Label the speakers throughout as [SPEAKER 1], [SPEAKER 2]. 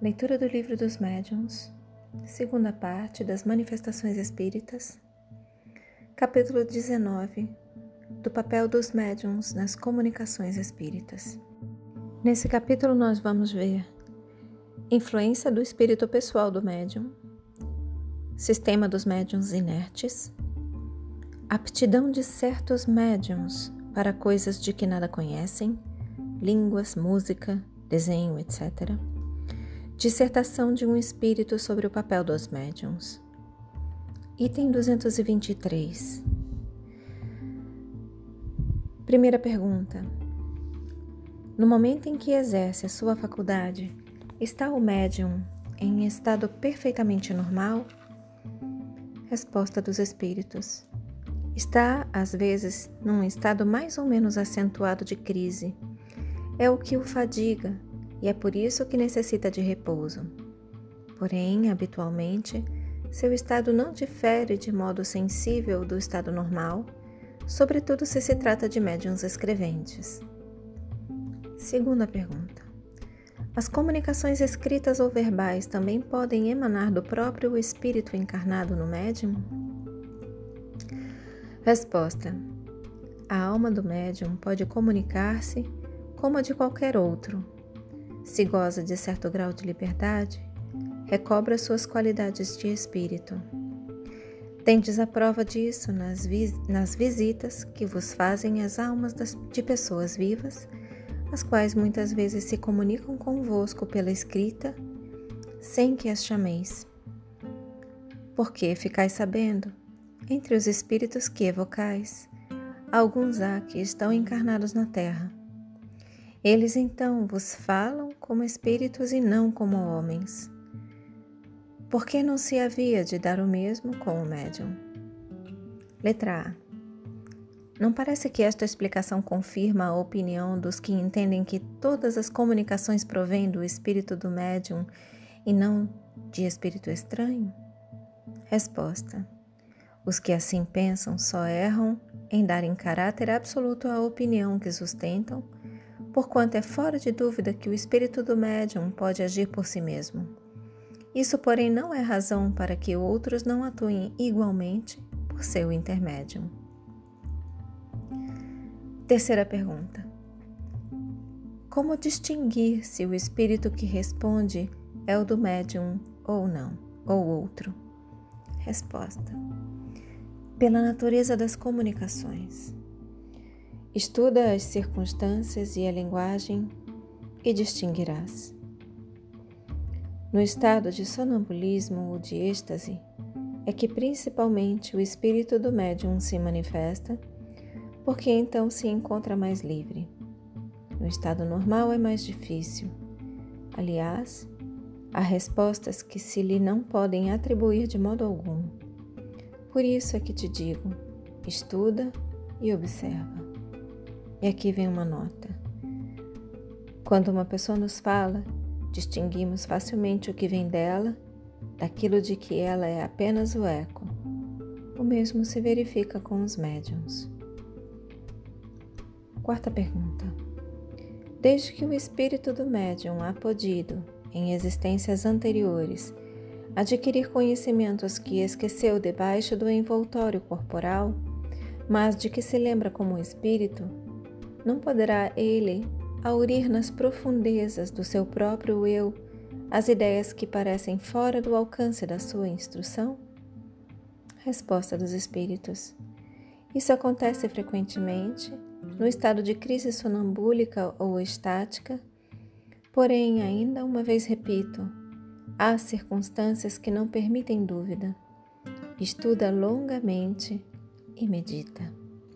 [SPEAKER 1] Leitura do Livro dos Médiuns, segunda parte das Manifestações Espíritas, capítulo 19, do papel dos médiuns nas comunicações espíritas. Nesse capítulo nós vamos ver influência do espírito pessoal do médium, sistema dos médiuns inertes, aptidão de certos médiuns para coisas de que nada conhecem, línguas, música, desenho, etc., dissertação de um espírito sobre o papel dos médiuns. Item 223. Primeira pergunta. No momento em que exerce a sua faculdade, está o médium em estado perfeitamente normal? Resposta dos espíritos. Está, às vezes, num estado mais ou menos acentuado de crise. É o que o fadiga, e é por isso que necessita de repouso. Porém, habitualmente, seu estado não difere de modo sensível do estado normal, sobretudo se trata de médiuns escreventes. Segunda pergunta. As comunicações escritas ou verbais também podem emanar do próprio espírito encarnado no médium? Resposta. A alma do médium pode comunicar-se como a de qualquer outro. Se goza de certo grau de liberdade, recobra suas qualidades de espírito. Tendes a prova disso nas visitas que vos fazem as almas de pessoas vivas, as quais muitas vezes se comunicam convosco pela escrita, sem que as chameis. Porque ficais sabendo, entre os espíritos que evocais, alguns há que estão encarnados na terra. Eles então vos falam como espíritos e não como homens. Por que não se havia de dar o mesmo com o médium? Letra A. Não parece que esta explicação confirma a opinião dos que entendem que todas as comunicações provêm do espírito do médium e não de espírito estranho? Resposta. Os que assim pensam só erram em darem caráter absoluto à opinião que sustentam, porquanto é fora de dúvida que o espírito do médium pode agir por si mesmo. Isso, porém, não é razão para que outros não atuem igualmente por seu intermédio. Terceira pergunta. Como distinguir se o espírito que responde é o do médium ou não, ou outro? Resposta. Pela natureza das comunicações. Estuda as circunstâncias e a linguagem e distinguirás. No estado de sonambulismo ou de êxtase, é que principalmente o espírito do médium se manifesta, porque então se encontra mais livre. No estado normal é mais difícil. Aliás, há respostas que se lhe não podem atribuir de modo algum. Por isso é que te digo, estuda e observa. E aqui vem uma nota. Quando uma pessoa nos fala, distinguimos facilmente o que vem dela, daquilo de que ela é apenas o eco. O mesmo se verifica com os médiuns. Quarta pergunta. Desde que o espírito do médium há podido, em existências anteriores, adquirir conhecimentos que esqueceu debaixo do envoltório corporal, mas de que se lembra como espírito, não poderá ele aurir nas profundezas do seu próprio eu as ideias que parecem fora do alcance da sua instrução? Resposta dos espíritos. Isso acontece frequentemente no estado de crise sonambúlica ou estática, porém, ainda uma vez repito, há circunstâncias que não permitem dúvida. Estuda longamente e medita.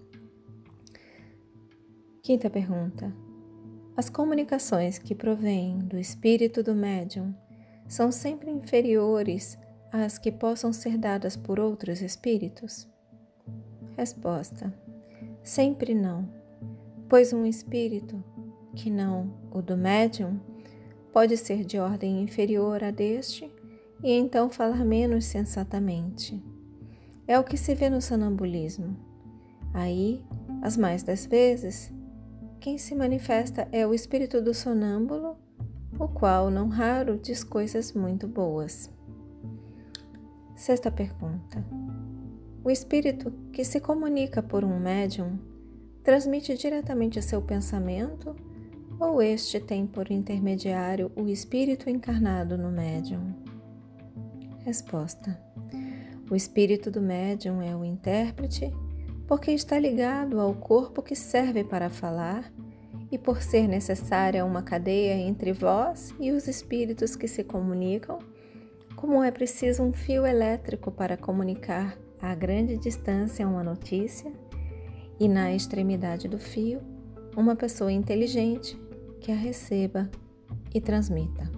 [SPEAKER 1] Quinta pergunta. As comunicações que provêm do espírito do médium são sempre inferiores às que possam ser dadas por outros espíritos? Resposta. Sempre não, pois um espírito, que não o do médium, pode ser de ordem inferior a deste e então falar menos sensatamente. É o que se vê no sonambulismo. Aí, as mais das vezes, quem se manifesta é o espírito do sonâmbulo o qual não raro diz coisas muito boas. Sexta pergunta. O espírito que se comunica por um médium transmite diretamente seu pensamento ou este tem por intermediário o espírito encarnado no médium? Resposta. O espírito do médium é o intérprete porque está ligado ao corpo que serve para falar e por ser necessária uma cadeia entre vós e os espíritos que se comunicam, como é preciso um fio elétrico para comunicar a grande distância uma notícia e na extremidade do fio uma pessoa inteligente que a receba e transmita.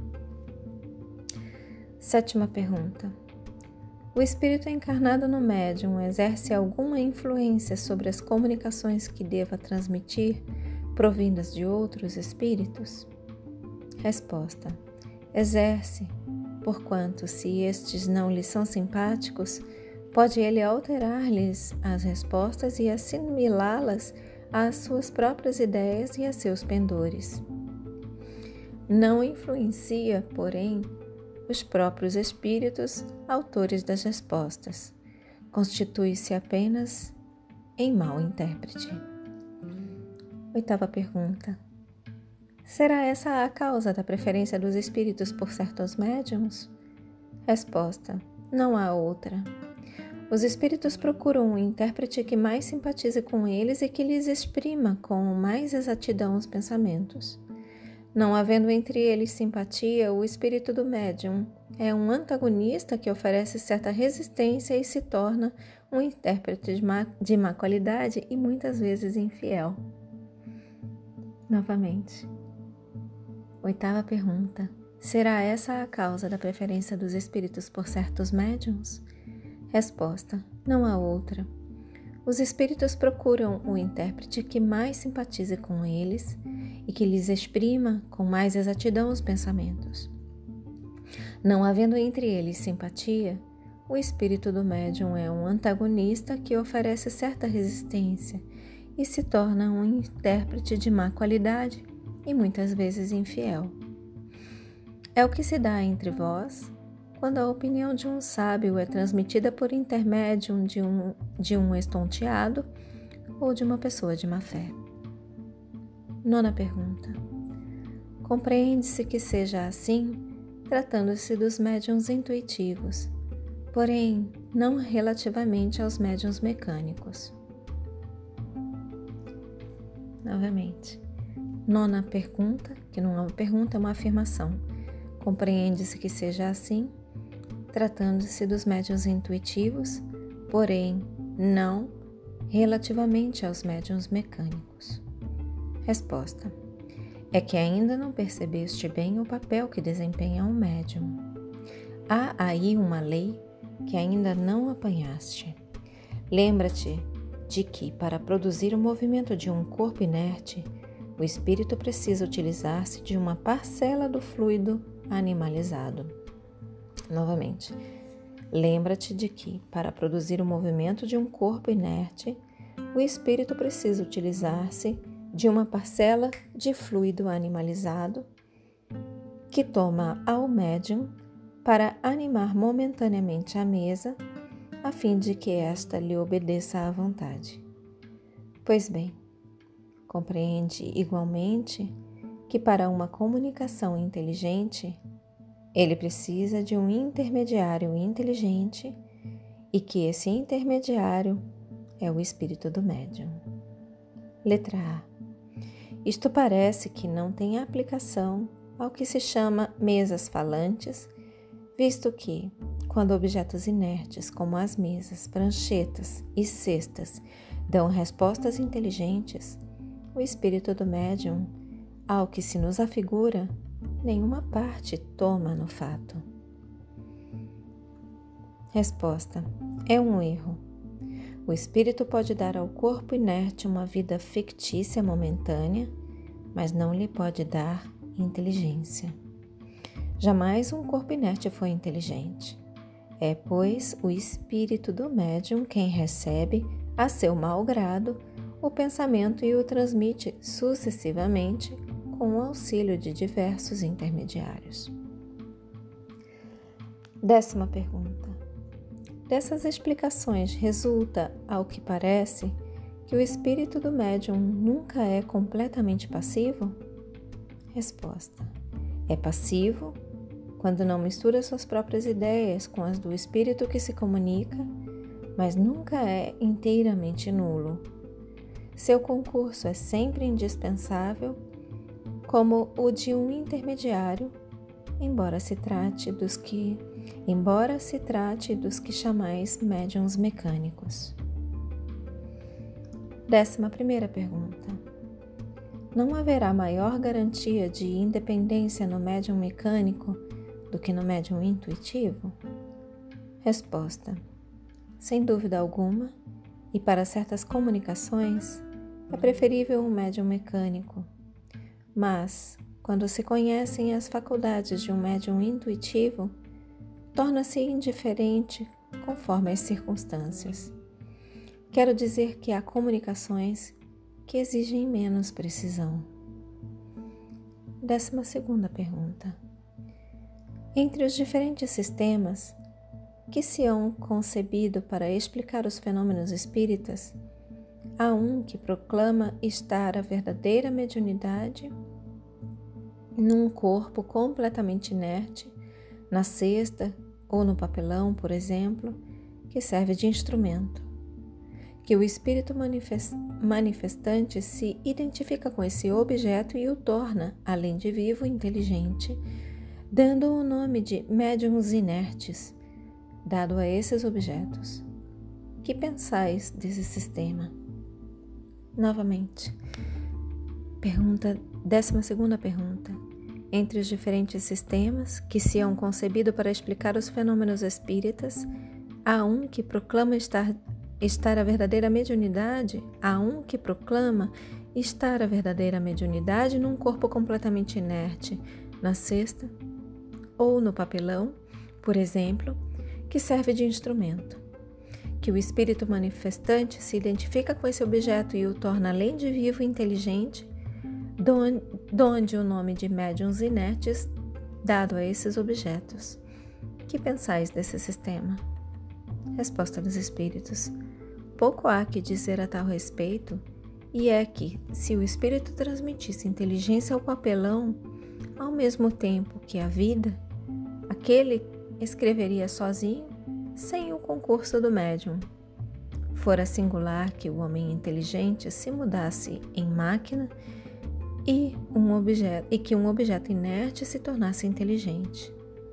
[SPEAKER 1] Sétima pergunta. O espírito encarnado no médium exerce alguma influência sobre as comunicações que deva transmitir provindas de outros espíritos? Resposta. Exerce, porquanto, se estes não lhe são simpáticos, pode ele alterar-lhes as respostas e assimilá-las às suas próprias ideias e a seus pendores. Não influencia, porém, os próprios espíritos, autores das respostas. Constitui-se apenas em mau intérprete. Oitava pergunta. Será essa a causa da preferência dos espíritos por certos médiuns? Resposta. Não há outra. Os espíritos procuram um intérprete que mais simpatize com eles e que lhes exprima com mais exatidão os pensamentos. Não havendo entre eles simpatia, o espírito do médium é um antagonista que oferece certa resistência e se torna um intérprete de má qualidade e muitas vezes infiel. Novamente. Oitava pergunta. Será essa a causa da preferência dos espíritos por certos médiuns? Resposta. Não há outra. Os espíritos procuram o intérprete que mais simpatize com eles e que lhes exprima com mais exatidão os pensamentos. Não havendo entre eles simpatia, o espírito do médium é um antagonista que oferece certa resistência e se torna um intérprete de má qualidade e muitas vezes infiel. É o que se dá entre vós quando a opinião de um sábio é transmitida por intermédio de um estonteado ou de uma pessoa de má fé. Nona pergunta. Compreende-se que seja assim, tratando-se dos médiuns intuitivos, porém não relativamente aos médiuns mecânicos. Novamente. Nona pergunta, que não é uma pergunta, é uma afirmação. Compreende-se que seja assim, tratando-se dos médiuns intuitivos, porém não relativamente aos médiuns mecânicos. Resposta. É que ainda não percebeste bem o papel que desempenha um médium. Há aí uma lei que ainda não apanhaste. Lembra-te de que, para produzir o movimento de um corpo inerte, o espírito precisa utilizar-se de uma parcela do fluido animalizado. Novamente, lembra-te de que, para produzir o movimento de um corpo inerte, o espírito precisa utilizar-se de uma parcela de fluido animalizado que toma ao médium para animar momentaneamente a mesa, a fim de que esta lhe obedeça à vontade. Pois bem, compreende igualmente que para uma comunicação inteligente, ele precisa de um intermediário inteligente e que esse intermediário é o espírito do médium. Letra A. Isto parece que não tem aplicação ao que se chama mesas falantes, visto que, quando objetos inertes como as mesas, pranchetas e cestas dão respostas inteligentes, o espírito do médium, ao que se nos afigura, nenhuma parte toma no fato. Resposta. É um erro. O espírito pode dar ao corpo inerte uma vida fictícia momentânea, mas não lhe pode dar inteligência. Jamais um corpo inerte foi inteligente. É, pois, o espírito do médium quem recebe, a seu mau grado, o pensamento e o transmite sucessivamente com o auxílio de diversos intermediários. 10ª pergunta. Dessas explicações resulta, ao que parece, que o espírito do médium nunca é completamente passivo? Resposta. É passivo quando não mistura suas próprias ideias com as do espírito que se comunica, mas nunca é inteiramente nulo. Seu concurso é sempre indispensável, como o de um intermediário, embora se trate dos que chamais médiuns mecânicos. 11ª pergunta. Não haverá maior garantia de independência no médium mecânico do que no médium intuitivo? Resposta. Sem dúvida alguma, e para certas comunicações, é preferível um médium mecânico. Mas, quando se conhecem as faculdades de um médium intuitivo, torna-se indiferente conforme as circunstâncias. Quero dizer que há comunicações que exigem menos precisão. 12ª pergunta. Entre os diferentes sistemas que se hão concebido para explicar os fenômenos espíritas, há um que proclama estar a verdadeira mediunidade num corpo completamente inerte, na cesta ou no papelão, por exemplo, que serve de instrumento. Que o espírito manifestante se identifica com esse objeto e o torna, além de vivo, inteligente, dando o nome de médiuns inertes, dado a esses objetos. Que pensais desse sistema? Novamente, 12ª pergunta. Entre os diferentes sistemas que se hão concebido para explicar os fenômenos espíritas, há um que proclama estar a verdadeira mediunidade, num corpo completamente inerte, na cesta ou no papelão, por exemplo, que serve de instrumento. Que o espírito manifestante se identifica com esse objeto e o torna, além de vivo e inteligente, donde o nome de médiuns inertes dado a esses objetos. Que pensais desse sistema? Resposta dos espíritos. Pouco há que dizer a tal respeito, e é que, se o espírito transmitisse inteligência ao papelão, ao mesmo tempo que a vida, aquele escreveria sozinho, sem o concurso do médium. Fora singular que o homem inteligente se mudasse em máquina e que um objeto inerte se tornasse inteligente.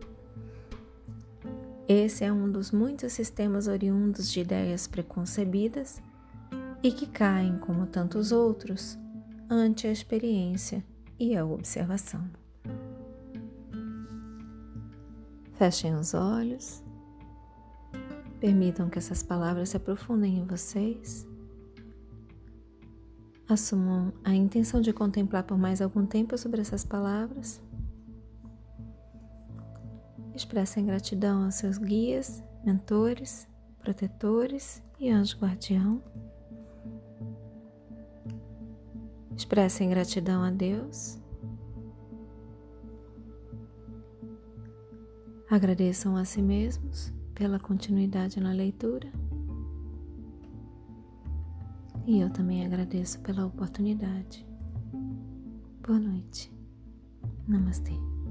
[SPEAKER 1] Esse é um dos muitos sistemas oriundos de ideias preconcebidas e que caem, como tantos outros, ante a experiência e a observação. Fechem os olhos, permitam que essas palavras se aprofundem em vocês. Assumam a intenção de contemplar por mais algum tempo sobre essas palavras. Expressem gratidão aos seus guias, mentores, protetores e anjo guardião. Expressem gratidão a Deus. Agradeçam a si mesmos pela continuidade na leitura. E eu também agradeço pela oportunidade. Boa noite. Namastê.